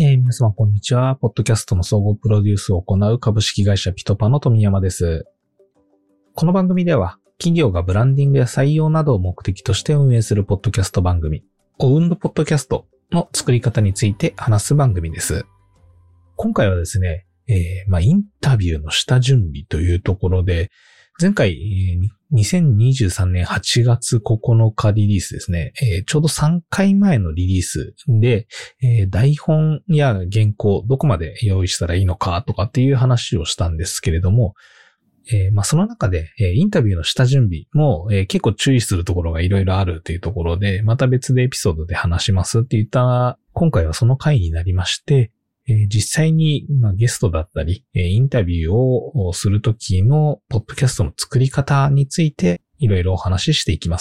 皆様こんにちは。ポッドキャストの総合プロデュースを行う株式会社ピトパの富山です。この番組では、企業がブランディングや採用などを目的として運営するポッドキャスト番組、オウンドポッドキャストの作り方について話す番組です。今回はですね、インタビューの下準備というところで、前回、2023年8月9日リリースですね、ちょうど3回前のリリースで、台本や原稿どこまで用意したらいいのかとかっていう話をしたんですけれども、その中で、インタビューの下準備も、結構注意するところがいろいろあるというところで、また別でエピソードで話しますって言った今回はその回になりまして、実際に、ゲストだったり、インタビューをするときのポッドキャストの作り方についていろいろお話ししていきます。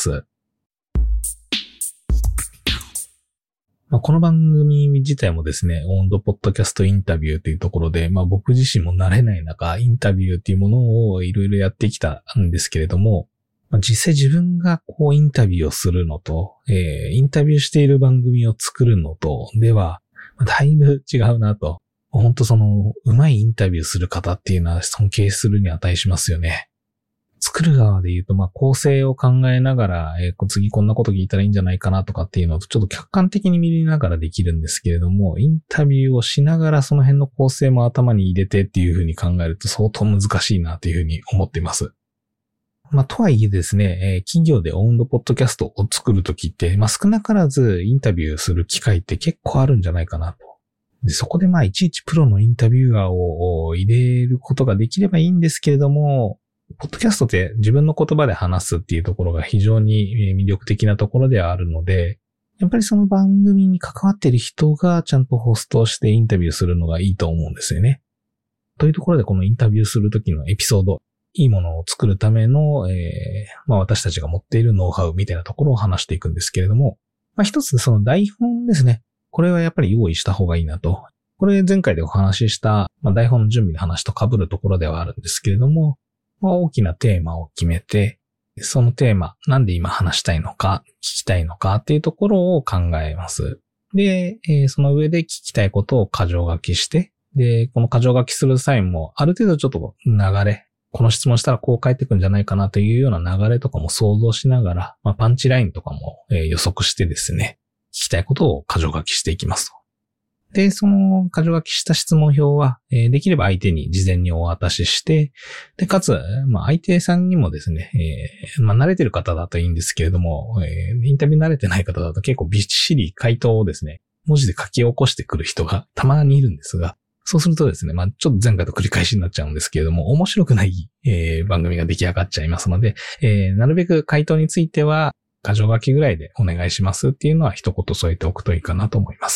この番組自体もですね、オウンドポッドキャストインタビューというところで、僕自身も慣れない中、インタビューっていうものをいろいろやってきたんですけれども、実際自分がインタビューをするのと、インタビューしている番組を作るのとでは、だいぶ違うなと。本当うまいインタビューする方っていうのは尊敬するに値しますよね。作る側で言うと、構成を考えながら、次こんなこと聞いたらいいんじゃないかなとかっていうのをちょっと客観的に見ながらできるんですけれども、インタビューをしながらその辺の構成も頭に入れてっていうふうに考えると相当難しいなというふうに思っています。とはいえですね、企業でオウンドポッドキャストを作るときって、少なからずインタビューする機会って結構あるんじゃないかなと。で、そこでいちいちプロのインタビュアーを入れることができればいいんですけれども、ポッドキャストって自分の言葉で話すっていうところが非常に魅力的なところではあるので、やっぱりその番組に関わっている人がちゃんとホストしてインタビューするのがいいと思うんですよね。というところでこのインタビューするときのエピソード、いいものを作るための、私たちが持っているノウハウみたいなところを話していくんですけれども、一つその台本ですね。これはやっぱり用意した方がいいなと。これ前回でお話しした、台本の準備の話と被るところではあるんですけれども、大きなテーマを決めて、そのテーマ、なんで今話したいのか、聞きたいのかっていうところを考えます。で、その上で聞きたいことを箇条書きして、で、この箇条書きする際も、ある程度ちょっと流れ、この質問したらこう返ってくるんじゃないかなというような流れとかも想像しながら、パンチラインとかも予測してですね、聞きたいことを箇条書きしていきますと。で、その箇条書きした質問表は、できれば相手に事前にお渡しして、で、かつ、相手さんにもですね、慣れてる方だといいんですけれども、インタビュー慣れてない方だと結構びっしり回答をですね、文字で書き起こしてくる人がたまにいるんですが、そうするとですね、ちょっと前回と繰り返しになっちゃうんですけれども、面白くない、番組が出来上がっちゃいますので、なるべく回答については、箇条書きぐらいでお願いしますっていうのは一言添えておくといいかなと思います。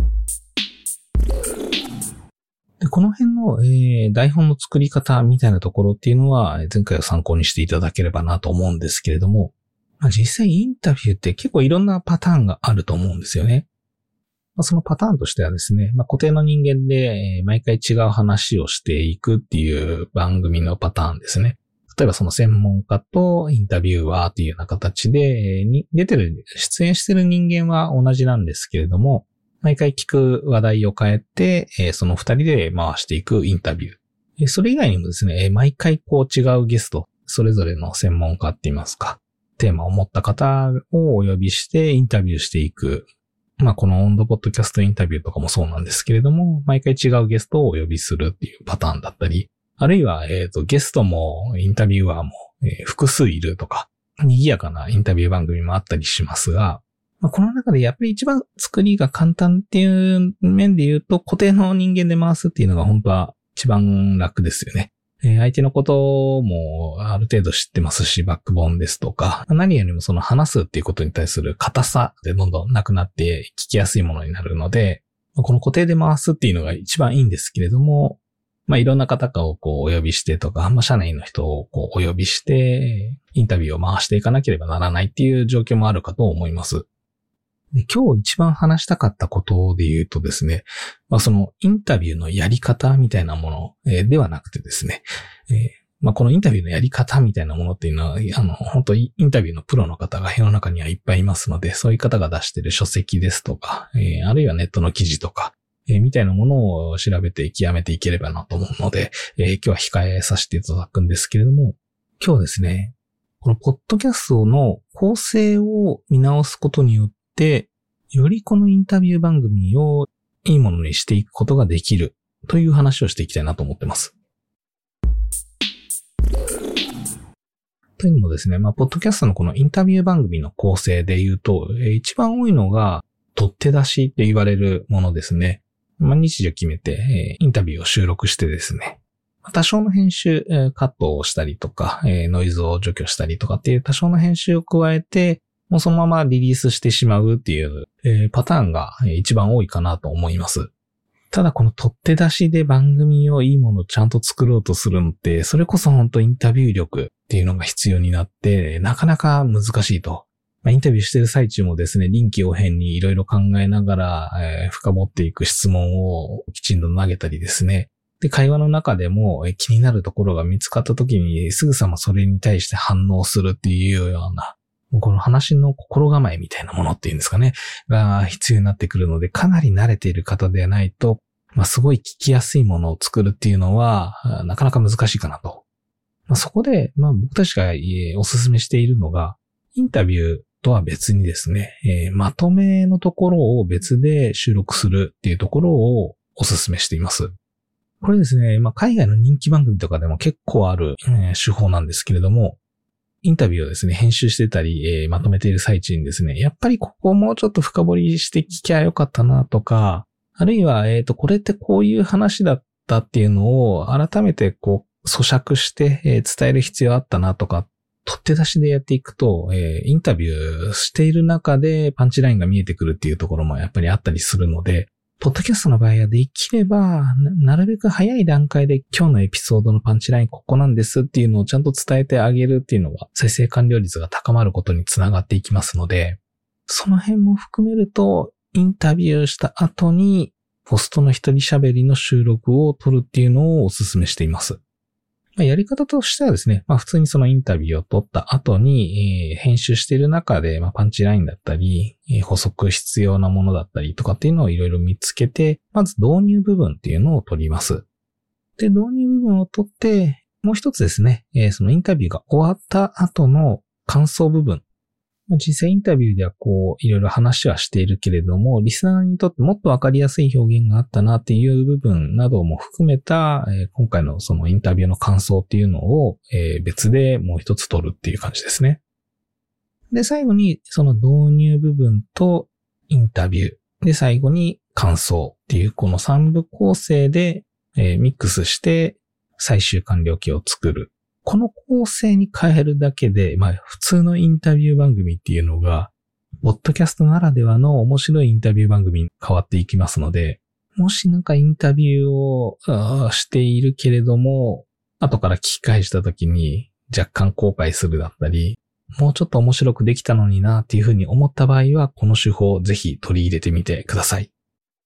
で、この辺の、台本の作り方みたいなところっていうのは、前回を参考にしていただければなと思うんですけれども、実際インタビューって結構いろんなパターンがあると思うんですよね。そのパターンとしてはですね、固定の人間で毎回違う話をしていくっていう番組のパターンですね。例えばその専門家とインタビュアーっていうような形で、出演してる人間は同じなんですけれども、毎回聞く話題を変えて、その二人で回していくインタビュー。それ以外にもですね、毎回違うゲスト、それぞれの専門家って言いますか、テーマを持った方をお呼びしてインタビューしていく。このオウンドポッドキャストインタビューとかもそうなんですけれども、毎回違うゲストをお呼びするっていうパターンだったり、あるいは、ゲストもインタビュアーも、複数いるとか、賑やかなインタビュー番組もあったりしますが、この中でやっぱり一番作りが簡単っていう面で言うと、固定の人間で回すっていうのが本当は一番楽ですよね。相手のこともある程度知ってますし、バックボーンですとか、何よりもその話すっていうことに対する硬さでどんどんなくなって聞きやすいものになるので、この固定で回すっていうのが一番いいんですけれども、いろんな方をお呼びしてとか、社内の人をお呼びして、インタビューを回していかなければならないっていう状況もあるかと思います。で、今日一番話したかったことで言うとですね、そのインタビューのやり方みたいなもの、ではなくてですね、このインタビューのやり方みたいなものっていうのは、本当インタビューのプロの方が世の中にはいっぱいいますので、そういう方が出している書籍ですとか、あるいはネットの記事とか、 みたいなものを調べて極めていければなと思うので、今日は控えさせていただくんですけれども、今日ですね、このポッドキャストの構成を見直すことによって、よりこのインタビュー番組をいいものにしていくことができるという話をしていきたいなと思ってます。というのもですね、ポッドキャストのこのインタビュー番組の構成で言うと、一番多いのが取って出しって言われるものですね。日時を決めて、インタビューを収録してですね、多少の編集、カットをしたりとか、ノイズを除去したりとかっていう多少の編集を加えて、もうそのままリリースしてしまうっていう、パターンが一番多いかなと思います。ただこの取って出しで番組をいいものをちゃんと作ろうとするのって、それこそ本当インタビュー力っていうのが必要になって、なかなか難しいと。インタビューしてる最中もですね、臨機応変にいろいろ考えながら、深掘っていく質問をきちんと投げたりですね。で、会話の中でも気になるところが見つかった時にすぐさまそれに対して反応するっていうような、この話の心構えみたいなものっていうんですかね、が必要になってくるので、かなり慣れている方ではないと、すごい聞きやすいものを作るっていうのは、なかなか難しいかなと。そこで、僕たちがお勧めしているのが、インタビューとは別にですね、まとめのところを別で収録するっていうところをお勧めしています。これですね、海外の人気番組とかでも結構ある、手法なんですけれども、インタビューをですね、編集してたり、まとめている最中にですね、やっぱりここをもうちょっと深掘りして聞きゃよかったなとか、あるいは、これってこういう話だったっていうのを改めて咀嚼して、伝える必要あったなとか、取って出しでやっていくと、インタビューしている中でパンチラインが見えてくるっていうところもやっぱりあったりするので、ポッドキャストの場合はできれば、なるべく早い段階で今日のエピソードのパンチラインここなんですっていうのをちゃんと伝えてあげるっていうのが再生完了率が高まることにつながっていきますので、その辺も含めるとインタビューした後にホストの一人喋りの収録を取るっていうのをお勧めしています。やり方としてはですね、普通にそのインタビューを取った後に、編集している中で、パンチラインだったり、補足必要なものだったりとかっていうのをいろいろ見つけて、まず導入部分っていうのを取ります。で、導入部分を取って、もう一つですね、そのインタビューが終わった後の感想部分。実際インタビューではいろいろ話はしているけれども、リスナーにとってもっとわかりやすい表現があったなっていう部分なども含めた、今回のそのインタビューの感想っていうのを、別でもう一つ取るっていう感じですね。で、最後にその導入部分とインタビュー。で、最後に感想っていうこの3部構成で、ミックスして最終完了形を作る。この構成に変えるだけで、普通のインタビュー番組っていうのが、ポッドキャストならではの面白いインタビュー番組に変わっていきますので、もしインタビューをしているけれども、後から聞き返した時に若干後悔するだったり、もうちょっと面白くできたのになっていうふうに思った場合は、この手法をぜひ取り入れてみてください。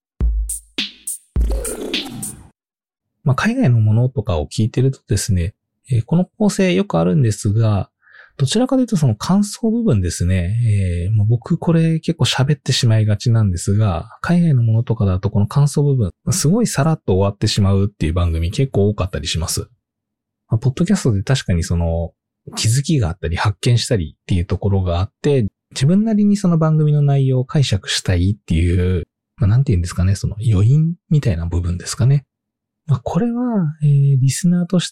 海外のものとかを聞いてるとですね、この構成よくあるんですが、どちらかというとその感想部分ですね。僕これ結構喋ってしまいがちなんですが、海外のものとかだとこの感想部分、すごいさらっと終わってしまうっていう番組結構多かったりします。ポッドキャストで確かにその気づきがあったり発見したりっていうところがあって、自分なりにその番組の内容を解釈したいっていう、なんていうんですかね、その余韻みたいな部分ですかね。これは、リスナーとして、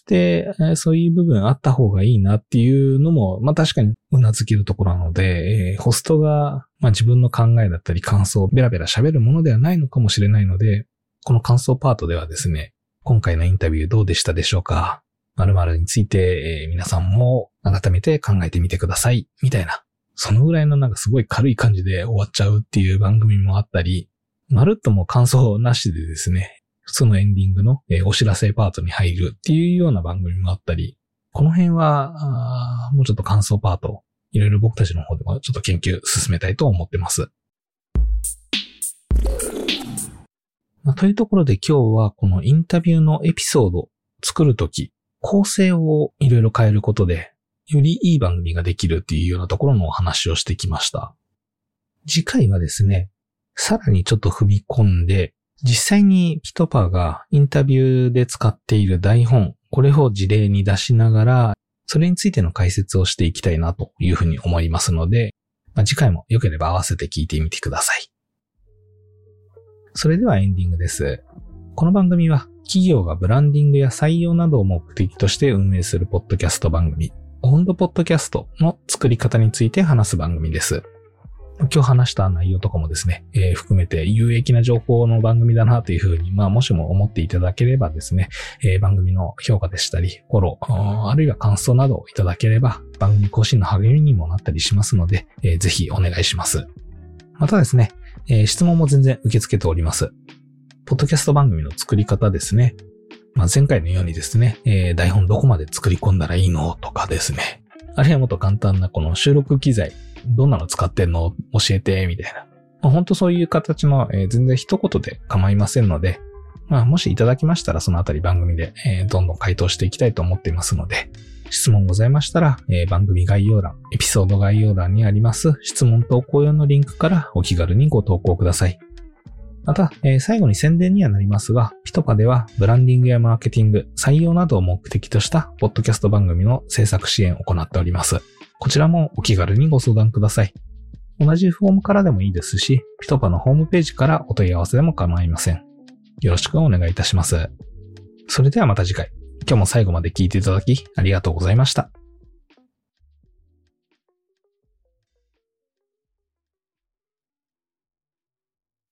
そういう部分あった方がいいなっていうのも、確かに頷けるところなので、ホストが、自分の考えだったり感想をベラベラ喋るものではないのかもしれないので、この感想パートではですね、今回のインタビューどうでしたでしょうか？〇〇について、皆さんも改めて考えてみてください。みたいな。そのぐらいのすごい軽い感じで終わっちゃうっていう番組もあったり、まるっとも感想なしでですね、普通のエンディングのお知らせパートに入るっていうような番組もあったり、この辺はもうちょっと感想パート、いろいろ僕たちの方でもちょっと研究進めたいと思ってます。というところで今日はこのインタビューのエピソードを作るとき、構成をいろいろ変えることで、よりいい番組ができるっていうようなところのお話をしてきました。次回はですね、さらにちょっと踏み込んで、 実際にピトパがインタビューで使っている台本、これを事例に出しながら、それについての解説をしていきたいなというふうに思いますので、次回も良ければ合わせて聞いてみてください。それではエンディングです。この番組は企業がブランディングや採用などを目的として運営するポッドキャスト番組、オンドポッドキャストの作り方について話す番組です。今日話した内容とかもですね、含めて有益な情報の番組だなというふうに、もしも思っていただければですね、番組の評価でしたり、フォロー、あるいは感想などをいただければ、番組更新の励みにもなったりしますので、ぜひお願いします。またですね、質問も全然受け付けております。ポッドキャスト番組の作り方ですね。前回のようにですね、台本どこまで作り込んだらいいのとかですね。あるいはもっと簡単なこの収録機材、どんなの使ってんの教えて、みたいな。本当そういう形の、全然一言で構いませんので、もしいただきましたらそのあたり番組で、どんどん回答していきたいと思っていますので、質問ございましたら、番組概要欄、エピソード概要欄にあります質問投稿用のリンクからお気軽にご投稿ください。また、最後に宣伝にはなりますが、ピトパではブランディングやマーケティング、採用などを目的としたポッドキャスト番組の制作支援を行っております。こちらもお気軽にご相談ください。同じフォームからでもいいですし、ピトパのホームページからお問い合わせでも構いません。よろしくお願いいたします。それではまた次回。今日も最後まで聞いていただきありがとうございました。